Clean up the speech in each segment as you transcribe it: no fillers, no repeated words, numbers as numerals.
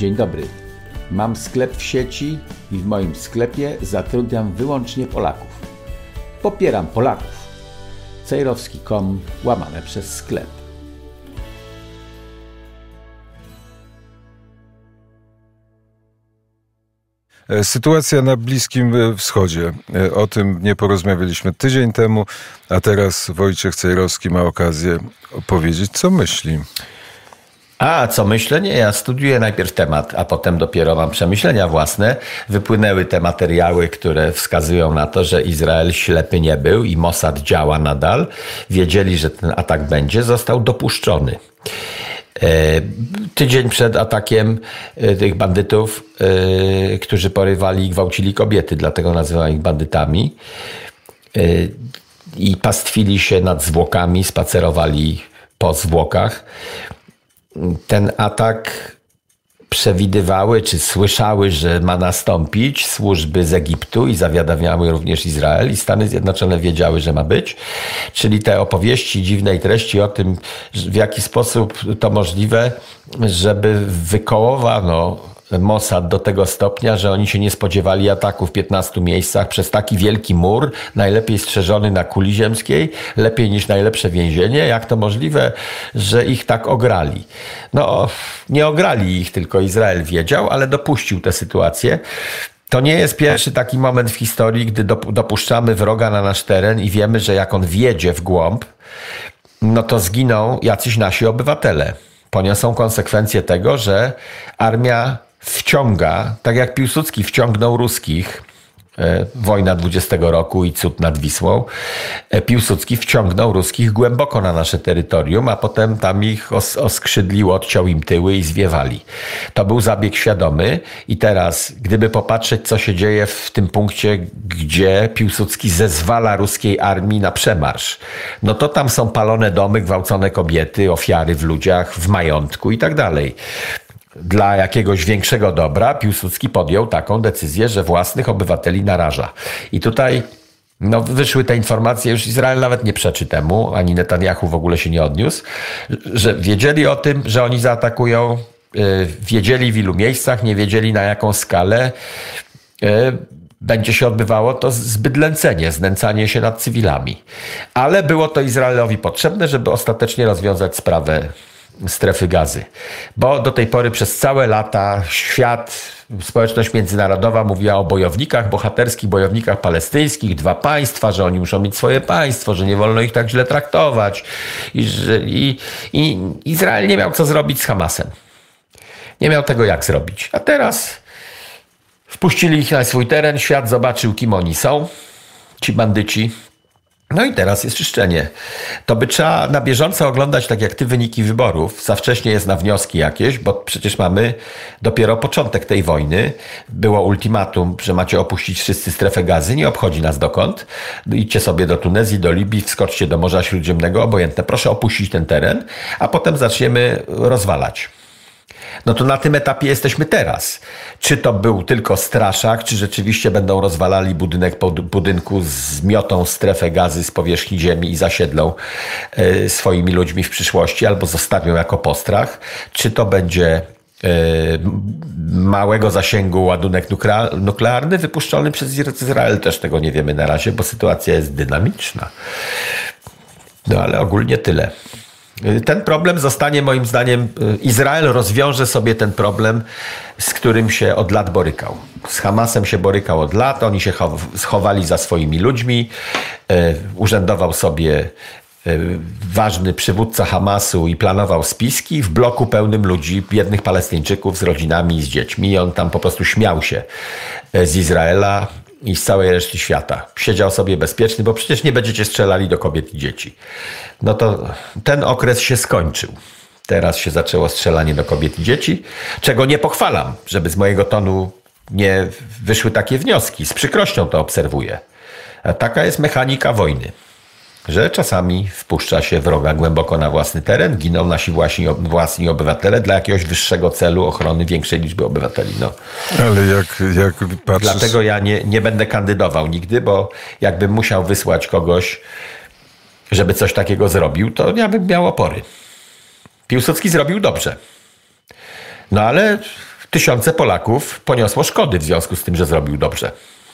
Dzień dobry. Mam sklep w sieci i w moim sklepie zatrudniam wyłącznie Polaków. Popieram Polaków. cejrowski.com/sklep. Sytuacja na Bliskim Wschodzie. O tym nie porozmawialiśmy tydzień temu, a teraz Wojciech Cejrowski ma okazję opowiedzieć, co myśli. A co myślę? Nie, ja studiuję najpierw temat, a potem dopiero mam przemyślenia własne. Wypłynęły te materiały, które wskazują na to, że Izrael ślepy nie był i Mossad działa nadal. Wiedzieli, że ten atak będzie, został dopuszczony. Tydzień przed atakiem tych bandytów, którzy porywali i gwałcili kobiety, dlatego nazywam ich bandytami, i pastwili się nad zwłokami, spacerowali po zwłokach. Ten atak przewidywały, czy słyszały, że ma nastąpić służby z Egiptu i zawiadamiały również Izrael i Stany Zjednoczone wiedziały, że ma być. Czyli te opowieści dziwnej treści o tym, w jaki sposób to możliwe, żeby wykołowano Mossad do tego stopnia, że oni się nie spodziewali ataku w 15 miejscach przez taki wielki mur, najlepiej strzeżony na kuli ziemskiej, lepiej niż najlepsze więzienie. Jak to możliwe, że ich tak ograli? No, nie ograli ich, tylko Izrael wiedział, ale dopuścił tę sytuację. To nie jest pierwszy taki moment w historii, gdy dopuszczamy wroga na nasz teren i wiemy, że jak on wjedzie w głąb, no to zginą jacyś nasi obywatele. Poniosą konsekwencje tego, że armia wciąga, tak jak Piłsudski wciągnął ruskich, wojna 20 roku i cud nad Wisłą, Piłsudski wciągnął ruskich głęboko na nasze terytorium, a potem tam ich oskrzydlił, odciął im tyły i zwiewali. To był zabieg świadomy i teraz, gdyby popatrzeć, co się dzieje w tym punkcie, gdzie Piłsudski zezwala ruskiej armii na przemarsz, no to tam są palone domy, gwałcone kobiety, ofiary w ludziach, w majątku i tak dalej. Dla jakiegoś większego dobra Piłsudski podjął taką decyzję, że własnych obywateli naraża. I tutaj wyszły te informacje, już Izrael nawet nie przeczy temu, ani Netanyahu w ogóle się nie odniósł, że wiedzieli o tym, że oni zaatakują, wiedzieli w ilu miejscach, nie wiedzieli na jaką skalę będzie się odbywało to zbydlęcenie, znęcanie się nad cywilami. Ale było to Izraelowi potrzebne, żeby ostatecznie rozwiązać sprawę strefy Gazy. Bo do tej pory przez całe lata świat, społeczność międzynarodowa mówiła o bojownikach, bohaterskich bojownikach palestyńskich, dwa państwa, że oni muszą mieć swoje państwo, że nie wolno ich tak źle traktować. I Izrael nie miał co zrobić z Hamasem. Nie miał tego jak zrobić. A teraz wpuścili ich na swój teren, świat zobaczył, kim oni są, ci bandyci. No i teraz jest czyszczenie. To by trzeba na bieżąco oglądać, tak jak ty, wyniki wyborów. Za wcześnie jest na wnioski jakieś, bo przecież mamy dopiero początek tej wojny. Było ultimatum, że macie opuścić wszyscy strefę Gazy. Nie obchodzi nas dokąd. Idźcie sobie do Tunezji, do Libii, wskoczcie do Morza Śródziemnego, obojętne. Proszę opuścić ten teren, a potem zaczniemy rozwalać. No to na tym etapie jesteśmy teraz. Czy to był tylko straszak, czy rzeczywiście będą rozwalali budynek po budynku, zmiotą strefę Gazy z powierzchni ziemi i zasiedlą swoimi ludźmi w przyszłości, albo zostawią jako postrach. Czy to będzie małego zasięgu ładunek nuklearny wypuszczony przez Izrael? Też tego nie wiemy na razie, bo sytuacja jest dynamiczna. No ale ogólnie tyle. Ten problem zostanie, moim zdaniem, Izrael rozwiąże sobie ten problem, z którym się od lat borykał. Z Hamasem się borykał od lat, oni się schowali za swoimi ludźmi, urzędował sobie ważny przywódca Hamasu i planował spiski w bloku pełnym ludzi, biednych Palestyńczyków z rodzinami i z dziećmi. I on tam po prostu śmiał się z Izraela i z całej reszty świata. Siedział sobie bezpieczny, bo przecież nie będziecie strzelali do kobiet i dzieci. No to ten okres się skończył. Teraz się zaczęło strzelanie do kobiet i dzieci, czego nie pochwalam, żeby z mojego tonu nie wyszły takie wnioski. Z przykrością to obserwuję. A taka jest mechanika wojny, że czasami wpuszcza się wroga głęboko na własny teren, giną nasi własni obywatele dla jakiegoś wyższego celu ochrony większej liczby obywateli. No. Ale jak patrzysz... Dlatego ja nie będę kandydował nigdy, bo jakbym musiał wysłać kogoś, żeby coś takiego zrobił, to ja bym miał opory. Piłsudski zrobił dobrze. No ale tysiące Polaków poniosło szkody w związku z tym, że zrobił dobrze.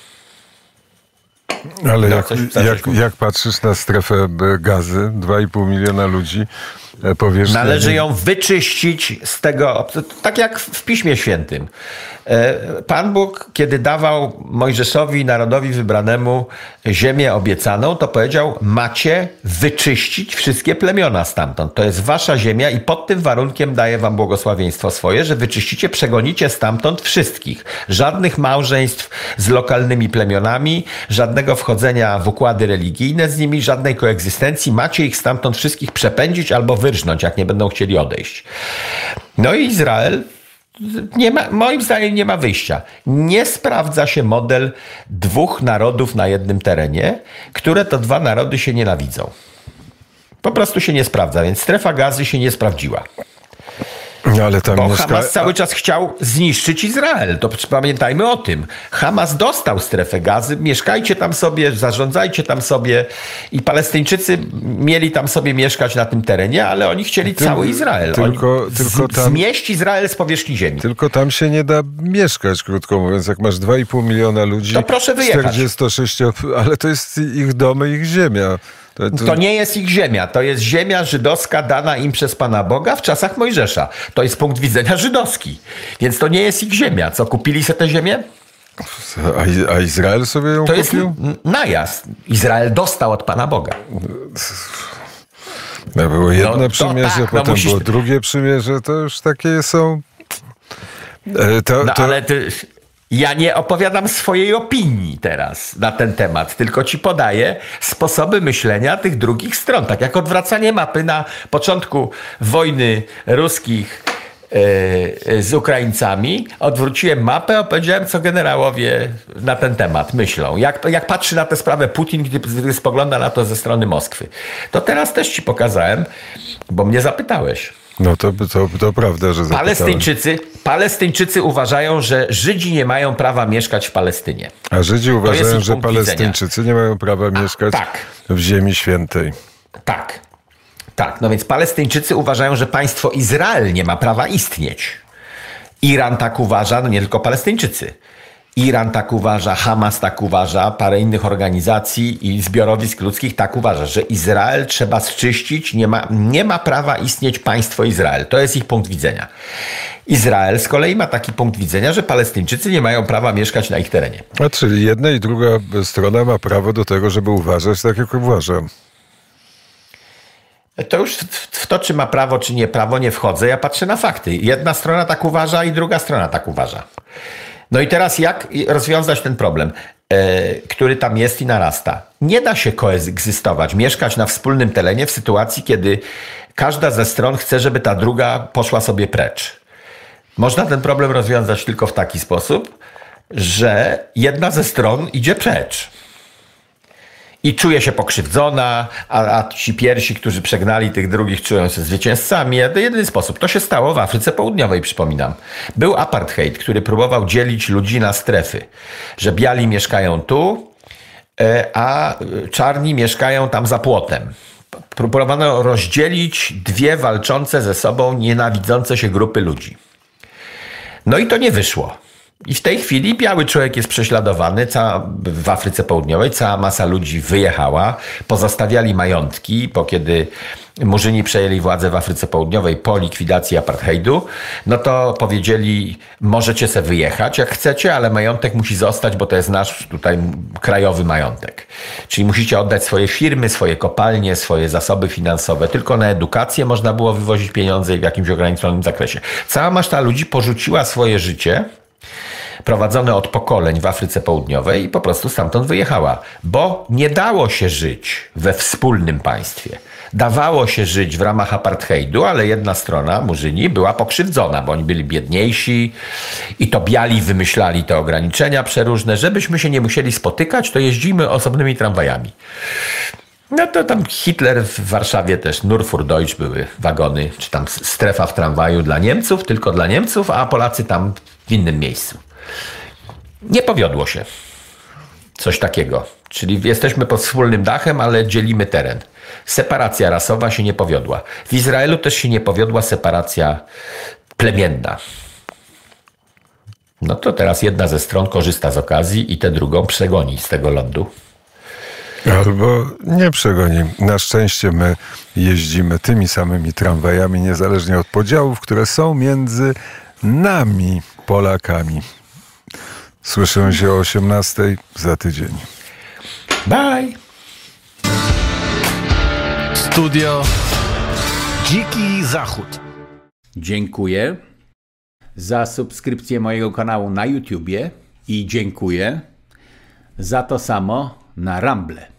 Ale jak patrzysz na strefę Gazy, 2,5 miliona ludzi, powierzchnia... Należy ją wyczyścić z tego, tak jak w Piśmie Świętym. Pan Bóg, kiedy dawał Mojżeszowi, narodowi wybranemu ziemię obiecaną, to powiedział, macie wyczyścić wszystkie plemiona stamtąd. To jest wasza ziemia i pod tym warunkiem daję wam błogosławieństwo swoje, że wyczyścicie, przegonicie stamtąd wszystkich. Żadnych małżeństw z lokalnymi plemionami, żadnego wchodzenia w układy religijne z nimi, żadnej koegzystencji. Macie ich stamtąd wszystkich przepędzić albo wyrżnąć, jak nie będą chcieli odejść. No i Izrael moim zdaniem nie ma wyjścia. Nie sprawdza się model dwóch narodów na jednym terenie, które to dwa narody się nienawidzą. Po prostu się nie sprawdza, więc strefa Gazy się nie sprawdziła. No, ale tam bo Hamas cały czas chciał zniszczyć Izrael. To pamiętajmy o tym. Hamas dostał strefę Gazy, mieszkajcie tam sobie, zarządzajcie tam sobie i Palestyńczycy mieli tam sobie mieszkać na tym terenie, ale oni chcieli cały Izrael. Tylko tam, zmieść Izrael z powierzchni ziemi. Tylko tam się nie da mieszkać, krótko mówiąc. Jak masz 2,5 miliona ludzi, to proszę wyjechać. 46, ale to jest ich domy, ich ziemia. To nie jest ich ziemia. To jest ziemia żydowska dana im przez Pana Boga w czasach Mojżesza. To jest punkt widzenia żydowski. Więc to nie jest ich ziemia. Co, kupili sobie tę ziemię? A Izrael sobie ją kupił? To jest najazd. Izrael dostał od Pana Boga. No, było jedno przymierze, potem było drugie przymierze. To już takie są... Ale ja nie opowiadam swojej opinii teraz na ten temat, tylko ci podaję sposoby myślenia tych drugich stron. Tak jak odwracanie mapy na początku wojny ruskich z Ukraińcami, odwróciłem mapę, opowiedziałem, co generałowie na ten temat myślą. Jak patrzy na tę sprawę Putin, gdy spogląda na to ze strony Moskwy. To teraz też ci pokazałem, bo mnie zapytałeś. No to prawda, że zapytałem. Palestyńczycy uważają, że Żydzi nie mają prawa mieszkać w Palestynie. A Żydzi uważają, że Palestyńczycy nie mają prawa mieszkać w Ziemi Świętej. Tak. No więc Palestyńczycy uważają, że państwo Izrael nie ma prawa istnieć. Iran tak uważa, no nie tylko Palestyńczycy. Iran tak uważa, Hamas tak uważa, parę innych organizacji i zbiorowisk ludzkich tak uważa, że Izrael trzeba zczyścić, nie ma prawa istnieć państwo Izrael. To jest ich punkt widzenia. Izrael z kolei ma taki punkt widzenia, że Palestyńczycy nie mają prawa mieszkać na ich terenie. A czyli jedna i druga strona ma prawo do tego, żeby uważać tak, jak uważam. To już w to, czy ma prawo, czy nie prawo, nie wchodzę. Ja patrzę na fakty. Jedna strona tak uważa i druga strona tak uważa. No i teraz jak rozwiązać ten problem, który tam jest i narasta? Nie da się koegzystować, mieszkać na wspólnym terenie w sytuacji, kiedy każda ze stron chce, żeby ta druga poszła sobie precz. Można ten problem rozwiązać tylko w taki sposób, że jedna ze stron idzie precz. I czuje się pokrzywdzona, a ci pierwsi, którzy przegnali tych drugich, czują się zwycięzcami. To jedyny sposób. To się stało w Afryce Południowej, przypominam. Był apartheid, który próbował dzielić ludzi na strefy. Że biali mieszkają tu, a czarni mieszkają tam za płotem. Próbowano rozdzielić dwie walczące ze sobą, nienawidzące się grupy ludzi. No i to nie wyszło. I w tej chwili biały człowiek jest prześladowany w Afryce Południowej. Cała masa ludzi wyjechała, pozostawiali majątki, kiedy Murzyni przejęli władzę w Afryce Południowej po likwidacji apartheidu, no to powiedzieli, możecie sobie wyjechać jak chcecie, ale majątek musi zostać, bo to jest nasz tutaj krajowy majątek. Czyli musicie oddać swoje firmy, swoje kopalnie, swoje zasoby finansowe. Tylko na edukację można było wywozić pieniądze w jakimś ograniczonym zakresie. Cała masa ludzi porzuciła swoje życie, prowadzone od pokoleń w Afryce Południowej i po prostu stamtąd wyjechała. Bo nie dało się żyć we wspólnym państwie. Dawało się żyć w ramach apartheidu, ale jedna strona, Murzyni, była pokrzywdzona, bo oni byli biedniejsi i to biali wymyślali te ograniczenia przeróżne. Żebyśmy się nie musieli spotykać, to jeździmy osobnymi tramwajami. No to tam Hitler w Warszawie też, Nur für Deutsch były wagony, czy tam strefa w tramwaju dla Niemców, tylko dla Niemców, a Polacy tam w innym miejscu. Nie powiodło się coś takiego. Czyli jesteśmy pod wspólnym dachem, ale dzielimy teren. Separacja rasowa się nie powiodła. W Izraelu też się nie powiodła separacja plemienna. No to teraz jedna ze stron korzysta z okazji i tę drugą przegoni z tego lądu. Albo nie przegoni. Na szczęście my jeździmy tymi samymi tramwajami, niezależnie od podziałów, które są między nami, Polakami. Słyszymy się o 18:00 za tydzień. Bye! Studio Dziki Zachód. Dziękuję za subskrypcję mojego kanału na YouTubie i dziękuję za to samo na Rumble.